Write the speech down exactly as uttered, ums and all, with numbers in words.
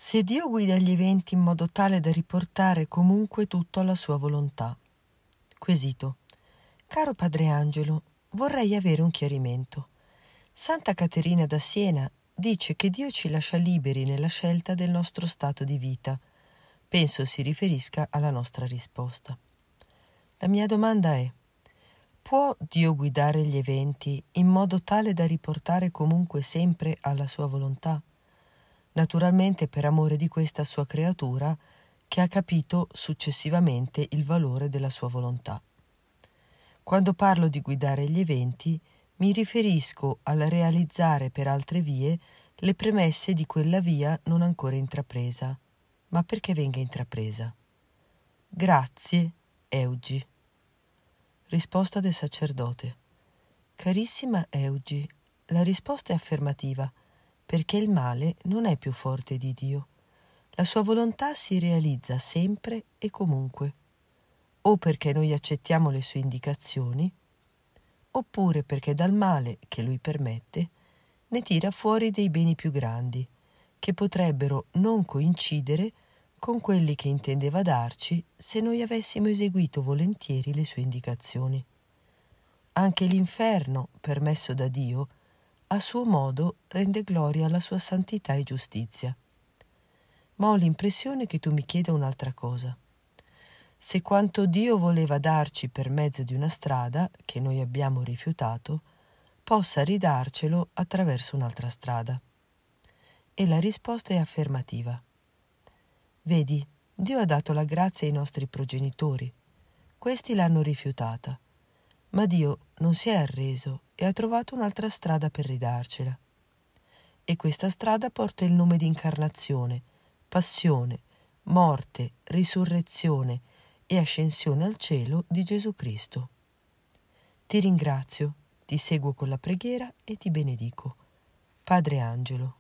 Se Dio guida gli eventi in modo tale da riportare comunque tutto alla sua volontà. Quesito. Caro Padre Angelo, vorrei avere un chiarimento. Santa Caterina da Siena dice che Dio ci lascia liberi nella scelta del nostro stato di vita. Penso si riferisca alla nostra risposta. La mia domanda è: può Dio guidare gli eventi in modo tale da riportare comunque sempre alla sua volontà? Naturalmente per amore di questa sua creatura che ha capito successivamente il valore della sua volontà. Quando parlo di guidare gli eventi, mi riferisco al realizzare per altre vie le premesse di quella via non ancora intrapresa, ma perché venga intrapresa. Grazie, Eugi. Risposta del sacerdote. Carissima Eugi, la risposta è affermativa, perché il male non è più forte di Dio. La sua volontà si realizza sempre e comunque, o perché noi accettiamo le sue indicazioni, oppure perché dal male che lui permette ne tira fuori dei beni più grandi, che potrebbero non coincidere con quelli che intendeva darci se noi avessimo eseguito volentieri le sue indicazioni. Anche l'inferno, permesso da Dio, a suo modo rende gloria alla sua santità e giustizia. Ma ho l'impressione che tu mi chieda un'altra cosa. Se quanto Dio voleva darci per mezzo di una strada, che noi abbiamo rifiutato, possa ridarcelo attraverso un'altra strada. E la risposta è affermativa. Vedi, Dio ha dato la grazia ai nostri progenitori. Questi l'hanno rifiutata, ma Dio non si è arreso e ha trovato un'altra strada per ridarcela. E questa strada porta il nome di incarnazione, passione, morte, risurrezione e ascensione al cielo di Gesù Cristo. Ti ringrazio, ti seguo con la preghiera e ti benedico. Padre Angelo.